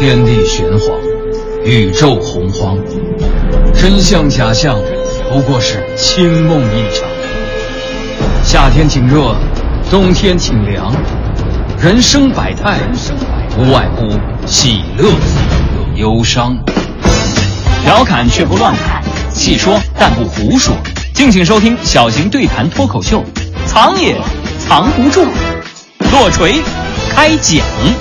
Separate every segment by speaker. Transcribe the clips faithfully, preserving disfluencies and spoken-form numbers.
Speaker 1: 天地玄黄，宇宙洪荒，真相假象不过是清梦一场。夏天挺热，冬天挺凉，人生百态，无外乎喜乐、忧伤。
Speaker 2: 调侃却不乱侃，细说但不胡说。敬请收听小型对谈脱口秀，藏也藏不住，落锤开讲。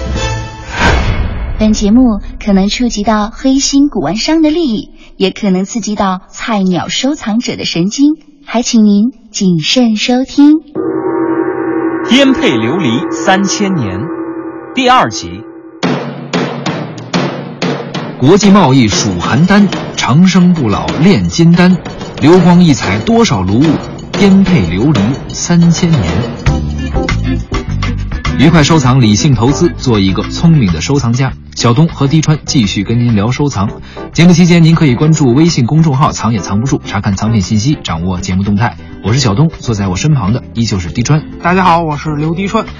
Speaker 3: 本节目可能触及到黑心古玩商的利益，也可能刺激到菜鸟收藏者的神经，还请您谨慎收听。
Speaker 2: 颠沛流离三千年第二集。
Speaker 4: 国际贸易属邯郸，长生不老炼金丹，流光溢彩多少炉，颠沛流离三千年。愉快收藏，理性投资，做一个聪明的收藏家。小东和滴川继续跟您聊收藏。节目期间，您可以关注微信公众号“藏也藏不住”，查看藏品信息，掌握节目动态。我是小东，坐在我身旁的依旧是滴川。
Speaker 5: 大家好，我是刘滴川。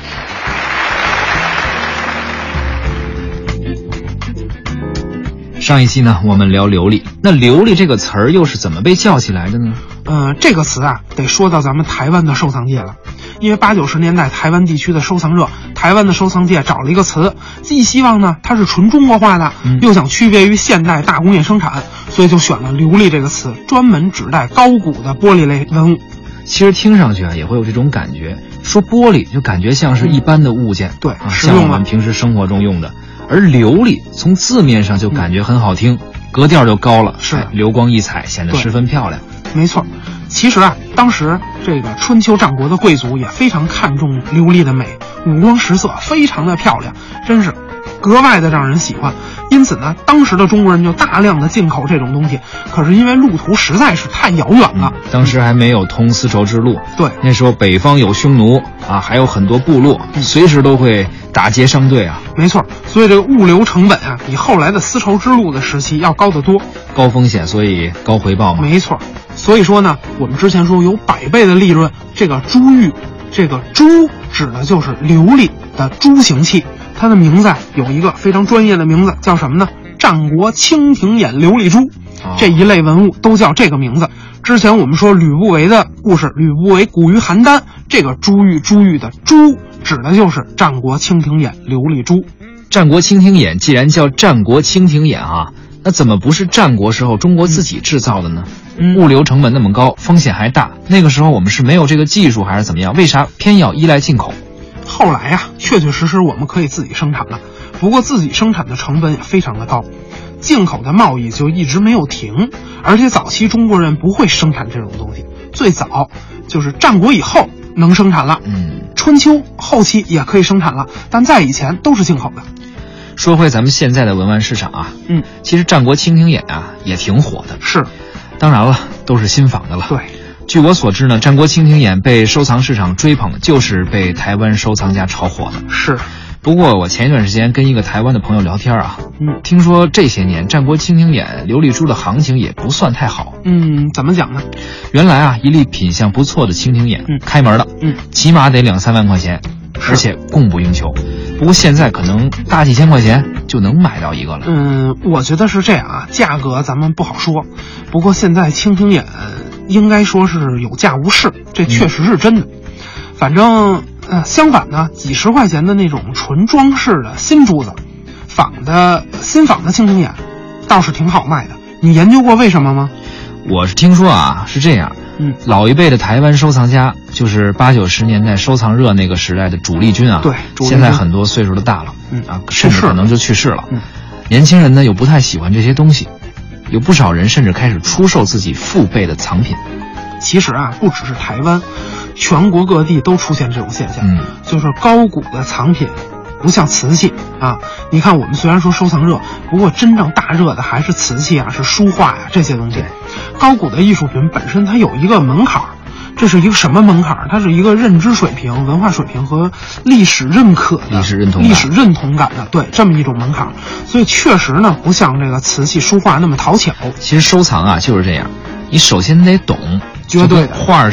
Speaker 4: 上一期呢，我们聊琉璃。那琉璃这个词儿又是怎么被叫起来的呢？
Speaker 5: 呃，这个词啊，得说到咱们台湾的收藏界了。因为八九十年代台湾地区的收藏热，台湾的收藏界找了一个词，既希望呢它是纯中国化的，
Speaker 4: 嗯、
Speaker 5: 又想区别于现代大工业生产，所以就选了琉璃这个词，专门指代高古的玻璃类文物。
Speaker 4: 其实听上去啊，也会有这种感觉，说玻璃就感觉像是一般的物件，
Speaker 5: 对，
Speaker 4: 啊，像我们平时生活中用的。而琉璃从字面上就感觉很好听，嗯、格调就高了，
Speaker 5: 是
Speaker 4: 流光溢彩，显得十分漂亮。
Speaker 5: 没错，其实啊，当时这个春秋战国的贵族也非常看重琉璃的美，五光十色，非常的漂亮，真是格外的让人喜欢。因此呢，当时的中国人就大量的进口这种东西。可是因为路途实在是太遥远了，
Speaker 4: 嗯、当时还没有通丝绸之路，
Speaker 5: 对，
Speaker 4: 那时候北方有匈奴啊，还有很多部落，嗯、随时都会打劫商队啊。
Speaker 5: 没错，所以这个物流成本啊，比后来的丝绸之路的时期要高得多。
Speaker 4: 高风险，所以高回报嘛。
Speaker 5: 没错。所以说呢，我们之前说有百倍的利润，这个珠玉，这个珠指的就是琉璃的珠形器，它的名字有一个非常专业的名字，叫什么呢？战国蜻蜓眼琉璃珠，
Speaker 4: 哦、
Speaker 5: 这一类文物都叫这个名字。之前我们说吕不韦的故事，吕不韦古于邯郸，这个珠玉珠玉的珠指的就是战国蜻蜓眼琉璃珠。
Speaker 4: 战国蜻蜓眼既然叫战国蜻蜓眼啊，那怎么不是战国时候中国自己制造的呢？
Speaker 5: 嗯、
Speaker 4: 物流成本那么高，风险还大，那个时候我们是没有这个技术还是怎么样？为啥偏要依赖进口？
Speaker 5: 后来呀、啊，确确实实我们可以自己生产了，不过自己生产的成本也非常的高，进口的贸易就一直没有停，而且早期中国人不会生产这种东西，最早就是战国以后能生产了，
Speaker 4: 嗯，
Speaker 5: 春秋后期也可以生产了，但在以前都是进口的。
Speaker 4: 说回咱们现在的文玩市场啊，
Speaker 5: 嗯，
Speaker 4: 其实战国蜻蜓眼啊也挺火的，
Speaker 5: 是，
Speaker 4: 当然了，都是新仿的了。
Speaker 5: 对，
Speaker 4: 据我所知呢，战国蜻蜓眼被收藏市场追捧，就是被台湾收藏家炒火的。
Speaker 5: 是，
Speaker 4: 不过我前一段时间跟一个台湾的朋友聊天啊，
Speaker 5: 嗯，
Speaker 4: 听说这些年战国蜻蜓眼琉璃珠的行情也不算太好。
Speaker 5: 嗯，怎么讲呢？
Speaker 4: 原来啊，一粒品相不错的蜻蜓眼，
Speaker 5: 嗯，
Speaker 4: 开门的，
Speaker 5: 嗯，
Speaker 4: 起码得两三万块钱，而且供不应求。不过现在可能大几千块钱就能买到一个了。
Speaker 5: 嗯，我觉得是这样啊，价格咱们不好说。不过现在蜻蜓眼应该说是有价无市，这确实是真的。嗯、反正呃，相反呢，几十块钱的那种纯装饰的新珠子，仿的新仿的蜻蜓眼，倒是挺好卖的。你研究过为什么吗？
Speaker 4: 我是听说啊，是这样。
Speaker 5: 嗯，
Speaker 4: 老一辈的台湾收藏家，就是八九十年代收藏热那个时代的主力军啊。
Speaker 5: 对，
Speaker 4: 现在很多岁数都大了，
Speaker 5: 嗯
Speaker 4: 啊，甚至可能就去世了。
Speaker 5: 嗯，
Speaker 4: 年轻人呢又不太喜欢这些东西，有不少人甚至开始出售自己父辈的藏品。
Speaker 5: 其实啊，不只是台湾，全国各地都出现这种现象。
Speaker 4: 嗯，
Speaker 5: 就是高古的藏品，不像瓷器啊。你看，我们虽然说收藏热，不过真正大热的还是瓷器啊，是书画呀、啊、这些东西。高古的艺术品本身它有一个门槛，这是一个什么门槛？它是一个认知水平、文化水平和历史认可的、
Speaker 4: 历史认同感、
Speaker 5: 历史认同感的，对，这么一种门槛。所以确实呢，不像这个瓷器、书画那么讨巧。
Speaker 4: 其实收藏啊就是这样，你首先得懂，
Speaker 5: 绝对的
Speaker 4: 画似的，
Speaker 5: 嗯、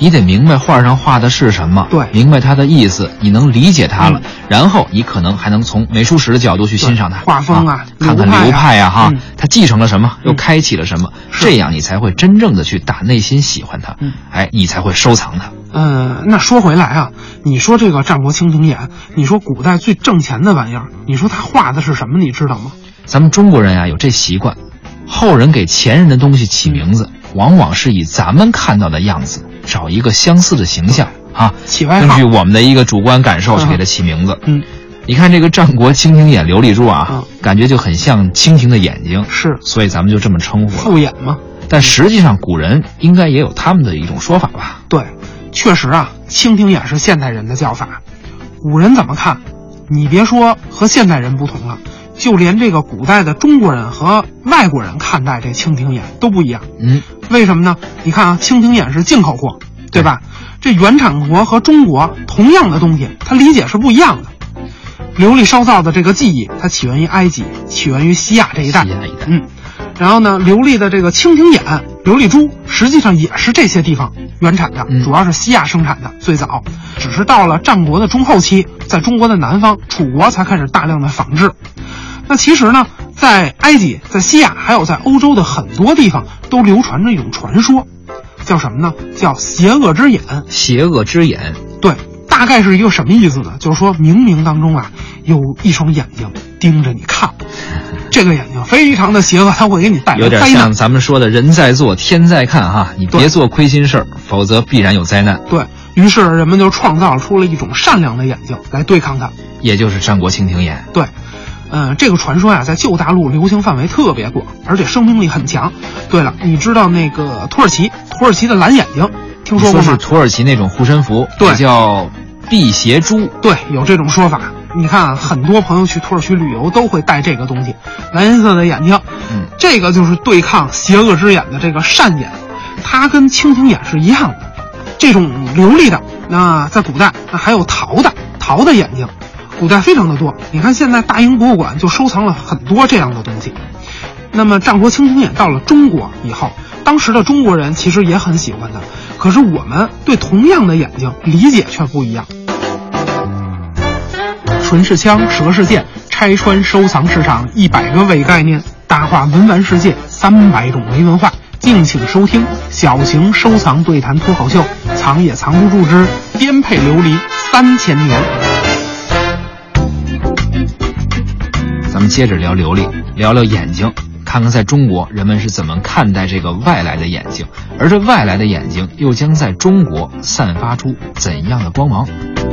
Speaker 4: 你得明白画上画的是什么，
Speaker 5: 对，
Speaker 4: 明白它的意思，你能理解它了，嗯、然后你可能还能从美术史的角度去欣赏它，
Speaker 5: 画风啊，
Speaker 4: 啊看看流派啊，哈、
Speaker 5: 嗯，
Speaker 4: 它继承了什么，又开启了什么，嗯、这样你才会真正的去打内心喜欢它，
Speaker 5: 嗯，
Speaker 4: 哎，你才会收藏它。
Speaker 5: 嗯、呃，那说回来啊，你说这个战国蜻蜓眼，你说古代最挣钱的玩意儿，你说它画的是什么？你知道吗？
Speaker 4: 咱们中国人啊有这习惯，后人给前人的东西起名字，嗯、往往是以咱们看到的样子找一个相似的形象啊，
Speaker 5: 起外号，
Speaker 4: 根据我们的一个主观感受去给它起名字。
Speaker 5: 嗯，
Speaker 4: 你看这个战国蜻蜓眼琉璃珠啊，
Speaker 5: 嗯、
Speaker 4: 感觉就很像蜻蜓的眼睛，
Speaker 5: 是，
Speaker 4: 所以咱们就这么称呼了。
Speaker 5: 复眼嘛。
Speaker 4: 但实际上古人应该也有他们的一种说法吧？
Speaker 5: 对，确实啊，蜻蜓眼是现代人的叫法。古人怎么看？你别说和现代人不同了，就连这个古代的中国人和外国人看待这蜻蜓眼都不一样。
Speaker 4: 嗯，
Speaker 5: 为什么呢？你看啊，蜻蜓眼是进口货，对吧？这原产国和中国同样的东西，它理解是不一样的。琉璃烧造的这个技艺，它起源于埃及，起源于西亚这一带。
Speaker 4: 西亚一带。
Speaker 5: 嗯。然后呢，琉璃的这个蜻蜓眼、琉璃珠，实际上也是这些地方原产的，
Speaker 4: 嗯、
Speaker 5: 主要是西亚生产的，最早。只是到了战国的中后期，在中国的南方，楚国才开始大量的仿制。那其实呢，在埃及、在西亚，还有在欧洲的很多地方，都流传着一种传说，叫什么呢？叫邪恶之眼。
Speaker 4: 邪恶之眼，
Speaker 5: 对，大概是一个什么意思呢？就是说冥冥当中啊，有一双眼睛盯着你看。这个眼睛非常的邪恶，它会给你带来灾难，
Speaker 4: 有点像咱们说的人在做天在看哈，你别做亏心事儿，否则必然有灾难。
Speaker 5: 对，于是人们就创造出了一种善良的眼睛来对抗它，
Speaker 4: 也就是战国蜻蜓眼。
Speaker 5: 对，嗯、呃，这个传说呀，在旧大陆流行范围特别广，而且生命力很强。对了，你知道那个土耳其，土耳其的蓝眼睛，听说过吗？
Speaker 4: 说是土耳其那种护身符，
Speaker 5: 对，
Speaker 4: 叫辟邪珠。
Speaker 5: 对，有这种说法。你看啊，很多朋友去土耳其旅游都会带这个东西，蓝颜色的眼睛，
Speaker 4: 嗯，
Speaker 5: 这个就是对抗邪恶之眼的这个善眼，它跟蜻蜓眼是一样的。这种琉璃的，那在古代那还有陶的，陶的眼睛，古代非常的多。你看现在大英博物馆就收藏了很多这样的东西。那么战国蜻蜓眼到了中国以后，当时的中国人其实也很喜欢它，可是我们对同样的眼睛理解却不一样。唇是枪，舌是剑，拆穿收藏市场一百个伪概念，大话文玩世界三百种没文化。敬请收听小型收藏对谈脱口秀，藏也藏不住之颠沛流离三千年。
Speaker 4: 咱们接着聊琉璃，聊聊眼睛，看看在中国人们是怎么看待这个外来的眼睛，而这外来的眼睛又将在中国散发出怎样的光芒。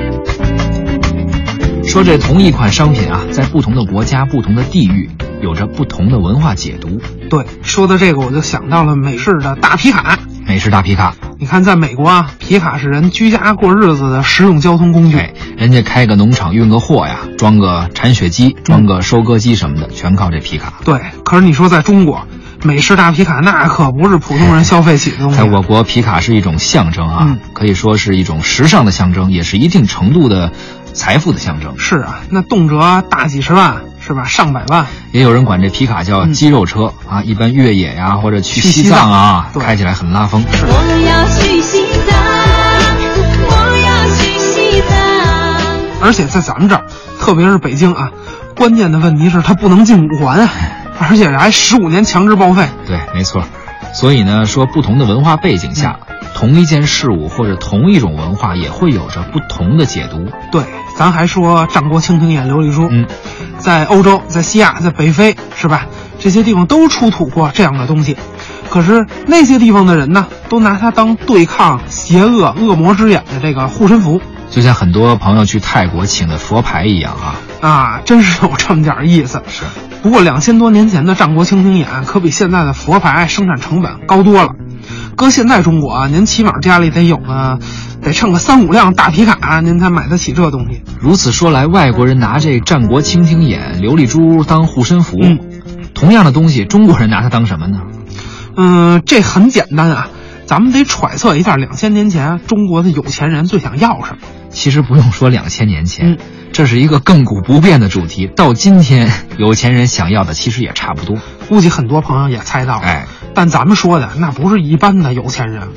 Speaker 4: 说这同一款商品啊，在不同的国家、不同的地域，有着不同的文化解读。
Speaker 5: 对，说到这个，我就想到了美式的大皮卡。
Speaker 4: 美式大皮卡，
Speaker 5: 你看，在美国啊，皮卡是人居家过日子的实用交通工具。
Speaker 4: 哎，人家开个农场运个货呀，装个铲雪机、装个收割机什么的，嗯、全靠这皮卡。
Speaker 5: 对，可是你说在中国，美式大皮卡那可不是普通人消费起的东西。
Speaker 4: 在我国，皮卡是一种象征啊，
Speaker 5: 嗯、
Speaker 4: 可以说是一种时尚的象征，也是一定程度的财富的象征。
Speaker 5: 是啊，那动辄大几十万，是吧？上百万。
Speaker 4: 也有人管这皮卡叫肌肉车、嗯、啊，一般越野呀或者去西藏啊，
Speaker 5: 藏
Speaker 4: 开起来很拉风。
Speaker 5: 是。
Speaker 6: 我要去西藏，我要去西藏。
Speaker 5: 而且在咱们这儿，特别是北京啊，关键的问题是它不能进五环啊，而且还十五年强制报废。
Speaker 4: 对，没错。所以呢，说不同的文化背景下、嗯、同一件事物或者同一种文化也会有着不同的解读。
Speaker 5: 对，咱还说战国蜻蜓眼琉璃珠，
Speaker 4: 嗯，在
Speaker 5: 欧洲、在西亚、在北非，是吧？这些地方都出土过这样的东西。可是那些地方的人呢，都拿它当对抗邪恶恶魔之眼的这个护身符，
Speaker 4: 就像很多朋友去泰国请的佛牌一样啊。
Speaker 5: 啊，真是有这么点意思。
Speaker 4: 是。
Speaker 5: 不过两千多年前的战国蜻蜓眼可比现在的佛牌生产成本高多了。搁现在中国啊，您起码家里得有个，得趁个三五辆大皮卡，您才买得起这东西。
Speaker 4: 如此说来，外国人拿这战国蜻蜓眼、琉璃珠当护身符，
Speaker 5: 嗯，
Speaker 4: 同样的东西，中国人拿它当什么呢？
Speaker 5: 嗯，这很简单啊，咱们得揣测一下两千年前中国的有钱人最想要什么。
Speaker 4: 其实不用说两千年前、
Speaker 5: 嗯，
Speaker 4: 这是一个亘古不变的主题。到今天，有钱人想要的其实也差不多。
Speaker 5: 估计很多朋友也猜到了，
Speaker 4: 哎，
Speaker 5: 但咱们说的那不是一般的有钱人，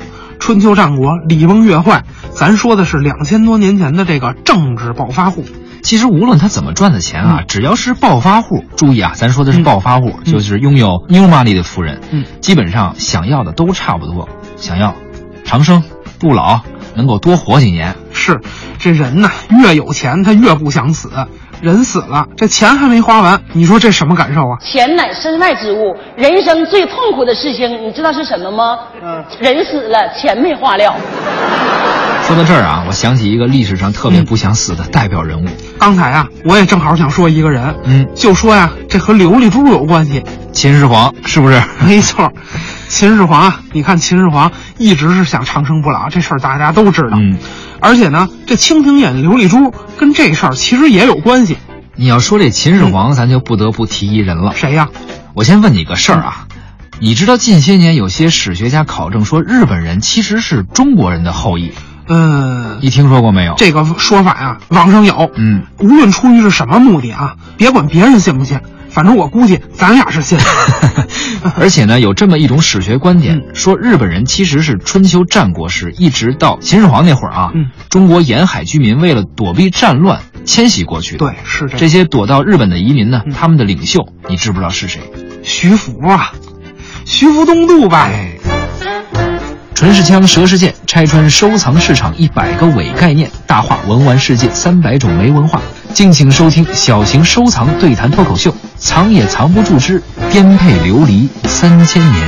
Speaker 5: 春秋战国礼崩乐坏，咱说的是两千多年前的这个政治暴发户。
Speaker 4: 其实无论他怎么赚的钱啊，
Speaker 5: 嗯、
Speaker 4: 只要是暴发户，注意啊，咱说的是暴发户，嗯、就是拥有 new money 的富人，
Speaker 5: 嗯，
Speaker 4: 基本上想要的都差不多，想要长生不老，能够多活几年。
Speaker 5: 是，这人呐，越有钱他越不想死。人死了，这钱还没花完，你说这什么感受啊？
Speaker 7: 钱乃身外之物，人生最痛苦的事情，你知道是什么吗？嗯，人死了，钱没花了。
Speaker 4: 说到这儿啊，我想起一个历史上特别不想死的代表人物。
Speaker 5: 嗯、刚才啊，我也正好想说一个人，
Speaker 4: 嗯，
Speaker 5: 就说呀，这和琉璃珠有关系。
Speaker 4: 秦始皇是不是？
Speaker 5: 没错，秦始皇啊，你看秦始皇一直是想长生不老，这事儿大家都知道。
Speaker 4: 嗯，
Speaker 5: 而且呢，这蜻蜓眼、琉璃珠跟这事儿其实也有关系。
Speaker 4: 你要说这秦始皇，嗯、咱就不得不提一人了。
Speaker 5: 谁呀？
Speaker 4: 我先问你个事儿啊。嗯，你知道近些年有些史学家考证说日本人其实是中国人的后裔？
Speaker 5: 嗯，
Speaker 4: 你听说过没有？
Speaker 5: 这个说法呀，网上有。
Speaker 4: 嗯，
Speaker 5: 无论出于是什么目的啊，别管别人信不信，反正我估计咱俩是信。
Speaker 4: 而且呢，有这么一种史学观点，嗯、说日本人其实是春秋战国时一直到秦始皇那会儿啊，
Speaker 5: 嗯、
Speaker 4: 中国沿海居民为了躲避战乱迁徙过去的。
Speaker 5: 对，是这。
Speaker 4: 这些躲到日本的移民呢，
Speaker 5: 嗯、
Speaker 4: 他们的领袖，你知不知道是谁？
Speaker 5: 徐福啊，徐福东渡吧。
Speaker 4: 哎，纯是枪，蛇是剑，拆穿收藏市场一百个伪概念，大话文玩世界三百种没文化。敬请收听小型收藏对谈脱口秀，藏也藏不住之颠沛流离三千年。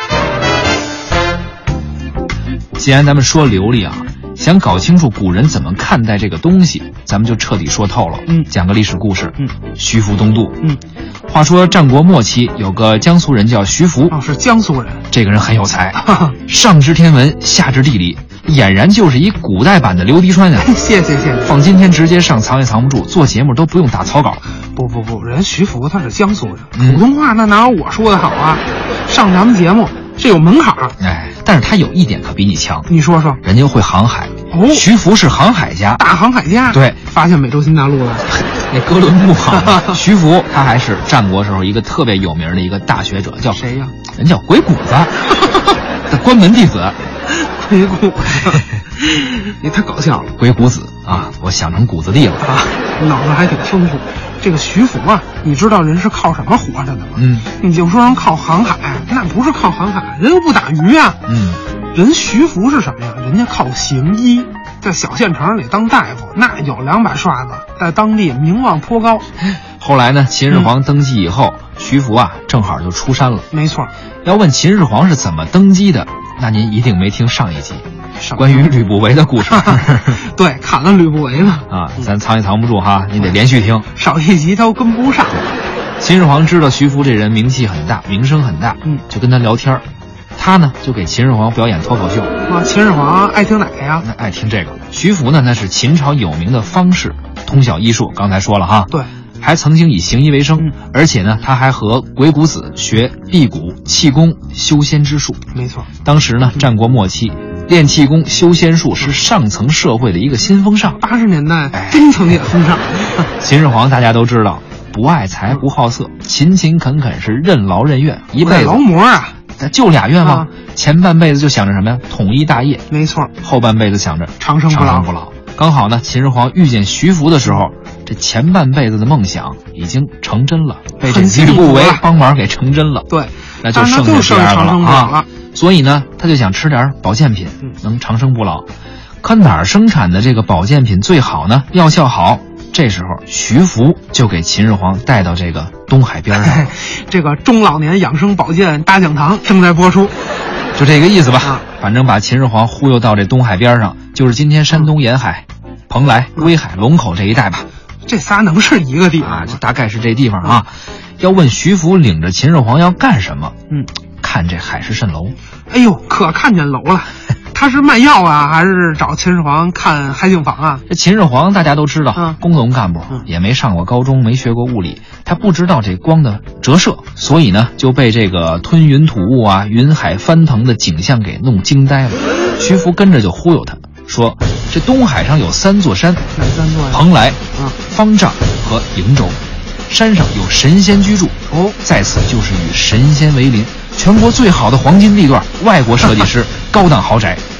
Speaker 4: 既然咱们说流利啊，想搞清楚古人怎么看待这个东西，咱们就彻底说透了。
Speaker 5: 嗯，
Speaker 4: 讲个历史故事。
Speaker 5: 嗯，
Speaker 4: 徐福东渡。
Speaker 5: 嗯，
Speaker 4: 话说战国末期有个江苏人叫徐福。
Speaker 5: 哦，是江苏人。
Speaker 4: 这个人很有才，上知天文，下知地理，俨然就是一古代版的刘迪川呀。
Speaker 5: 谢谢谢谢。
Speaker 4: 放今天直接上藏也藏不住，做节目都不用打草稿。
Speaker 5: 不不不，人徐福他是江苏人，
Speaker 4: 嗯、
Speaker 5: 普通话那哪有我说的好啊？上咱们节目这有门槛儿。
Speaker 4: 哎，但是他有一点可比你强。
Speaker 5: 你说说。
Speaker 4: 人家会航海。
Speaker 5: 哦，
Speaker 4: 徐福是航海家，
Speaker 5: 大航海家。
Speaker 4: 对，
Speaker 5: 发现美洲新大陆了。
Speaker 4: 那哥伦布啊，徐福他还是战国时候一个特别有名的一个大学者，叫
Speaker 5: 谁呀？
Speaker 4: 人叫鬼谷子的关门弟子。
Speaker 5: 鬼谷子，你太搞笑了。
Speaker 4: 鬼谷子啊，我想成谷子地了
Speaker 5: 啊，脑子还挺丰富。这个徐福啊，你知道人是靠什么活着的吗？
Speaker 4: 嗯，
Speaker 5: 你就说人靠航海，那不是靠航海，人又不打鱼啊。
Speaker 4: 嗯，
Speaker 5: 人徐福是什么呀？人家靠行医，在小县城里当大夫，那有两把刷子，在当地名望颇高。
Speaker 4: 后来呢，秦始皇登基以后，嗯、徐福啊正好就出山了。
Speaker 5: 没错。
Speaker 4: 要问秦始皇是怎么登基的，那您一定没听上一集关于吕不韦的故事。
Speaker 5: 对，砍了吕不韦了
Speaker 4: 啊！咱藏也藏不住哈，你得连续听，
Speaker 5: 少一集都跟不上。
Speaker 4: 秦始皇知道徐福这人名气很大，名声很大，
Speaker 5: 嗯，
Speaker 4: 就跟他聊天。他呢就给秦始皇表演脱口秀。
Speaker 5: 啊，秦始皇爱听哪个呀？
Speaker 4: 那爱听这个。徐福呢，那是秦朝有名的方士，通晓医术，刚才说了哈。
Speaker 5: 对。
Speaker 4: 还曾经以行医为生，
Speaker 5: 嗯、
Speaker 4: 而且呢，他还和鬼谷子学辟谷、气功、修仙之术。
Speaker 5: 没错，
Speaker 4: 当时呢，战国末期，练气功、修仙术是上层社会的一个新风尚。
Speaker 5: 八十年代，中层也风尚。
Speaker 4: 秦始皇大家都知道，不爱财，不好色，勤勤恳恳，是任劳任怨，一辈子。
Speaker 5: 劳模啊，
Speaker 4: 就俩愿望，
Speaker 5: 啊、
Speaker 4: 前半辈子就想着什么呀？统一大业。
Speaker 5: 没错，
Speaker 4: 后半辈子想着
Speaker 5: 长生不老。
Speaker 4: 长生不老。刚好呢，秦始皇遇见徐福的时候，这前半辈子的梦想已经成真了，被这吕不韦帮忙给成真了。
Speaker 5: 对，
Speaker 4: 那就剩下第二个了啊。所以呢，他就想吃点保健品，
Speaker 5: 嗯、
Speaker 4: 能长生不老。可哪儿生产的这个保健品最好呢？药效好。这时候，徐福就给秦始皇带到这个东海边上。
Speaker 5: 哎、这个中老年养生保健大讲堂正在播出，
Speaker 4: 就这个意思吧。
Speaker 5: 啊、
Speaker 4: 反正把秦始皇忽悠到这东海边上，就是今天山东沿海。蓬莱、威海、龙口这一带吧，
Speaker 5: 这仨能是一个地方
Speaker 4: 啊？这大概是这地方啊。要问徐福领着秦始皇要干什么？
Speaker 5: 嗯，
Speaker 4: 看这海市蜃楼。
Speaker 5: 哎呦，可看见楼了。他是卖药啊，还是找秦始皇看海景房啊？
Speaker 4: 这秦始皇大家都知道，
Speaker 5: 嗯、
Speaker 4: 工农干部，
Speaker 5: 嗯、
Speaker 4: 也没上过高中，没学过物理，他不知道这光的折射，所以呢就被这个吞云吐雾啊、云海翻腾的景象给弄惊呆了。徐福跟着就忽悠他。说这东海上有三座山，
Speaker 5: 哪三座呀？
Speaker 4: 蓬莱、
Speaker 5: 嗯、
Speaker 4: 方丈和瀛洲，山上有神仙居住。
Speaker 5: 哦，
Speaker 4: 在此就是与神仙为邻，全国最好的黄金地段，外国设计师，高档豪宅，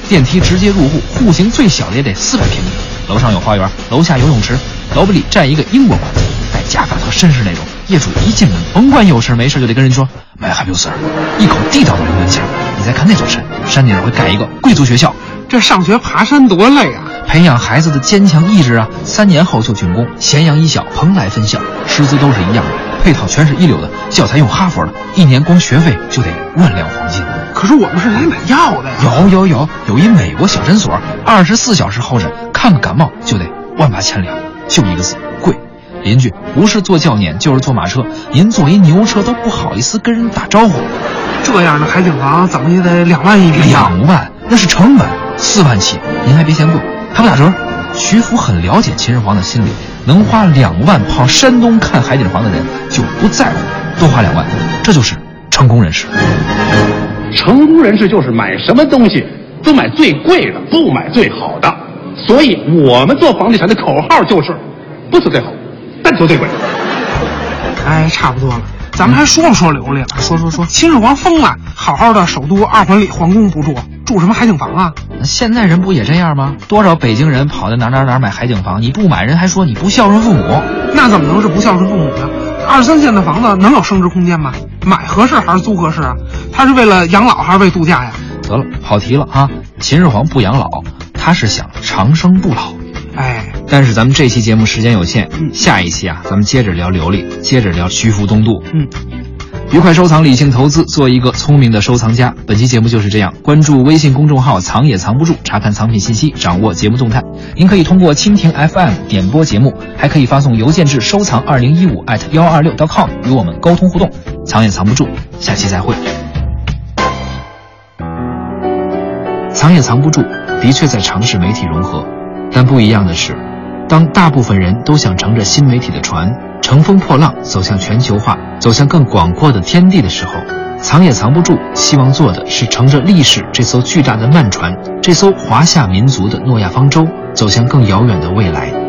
Speaker 4: 电梯直接入户，户型最小的也得四百平米。楼上有花园，楼下游泳池，楼里站一个英国馆，带家法和绅士那种。业主一进门，甭管有事没事就得跟人说 "My help you sir"， 一口地道的人文腔。你再看那座山，山顶上会盖一个贵族学校。
Speaker 5: 这上学爬山多累啊！
Speaker 4: 培养孩子的坚强意志啊！三年后就竣工，咸阳一小，蓬莱分校，师资都是一样的，配套全是一流的，教材用哈佛的，一年光学费就得万两黄金。
Speaker 5: 可是我们是来买药的呀。
Speaker 4: 有有有，有一美国小诊所，二十四小时候诊，看个感冒就得万八千两，就一个字贵。邻居不是坐轿辇就是坐马车，您坐一牛车都不好意思跟人打招呼。
Speaker 5: 这样的海景房怎么也得两万一平。
Speaker 4: 两万那是成本，四万起，您还别嫌贵，还不打折。徐福很了解秦始皇的心理，能花两万跑山东看海景房的人就不在乎多花两万，这就是成功人士。
Speaker 8: 成功人士就是买什么东西都买最贵的，不买最好的。所以我们做房地产的口号就是不求最好，但求最贵。
Speaker 5: 哎，差不多了，咱们还说不说流利了？说说说，秦始皇疯了，好好的首都二环里皇宫不住，住什么海景房啊？
Speaker 4: 那现在人不也这样吗？多少北京人跑到哪哪哪买海景房，你不买人还说你不孝顺父母。
Speaker 5: 那怎么能是不孝顺父母呢？二三线的房子能有升值空间吗？买合适还是租合适啊？他是为了养老还是为度假呀？
Speaker 4: 得了，跑题了啊！秦始皇不养老，他是想长生不老。
Speaker 5: 哎，
Speaker 4: 但是咱们这期节目时间有限，嗯，下一期啊，咱们接着聊流利，接着聊徐福东渡。
Speaker 5: 嗯，
Speaker 4: 愉快收藏，理性投资，做一个聪明的收藏家。本期节目就是这样，关注微信公众号"藏也藏不住"，查看藏品信息，掌握节目动态。您可以通过蜻蜓 F M 点播节目，还可以发送邮件至收藏二零一五 at 幺二六 .com 与我们沟通互动。藏也藏不住，下期再会。藏也藏不住，的确在尝试媒体融合，但不一样的是，当大部分人都想乘着新媒体的船乘风破浪走向全球化，走向更广阔的天地的时候，藏也藏不住希望做的是乘着历史这艘巨大的慢船，这艘华夏民族的诺亚方舟，走向更遥远的未来。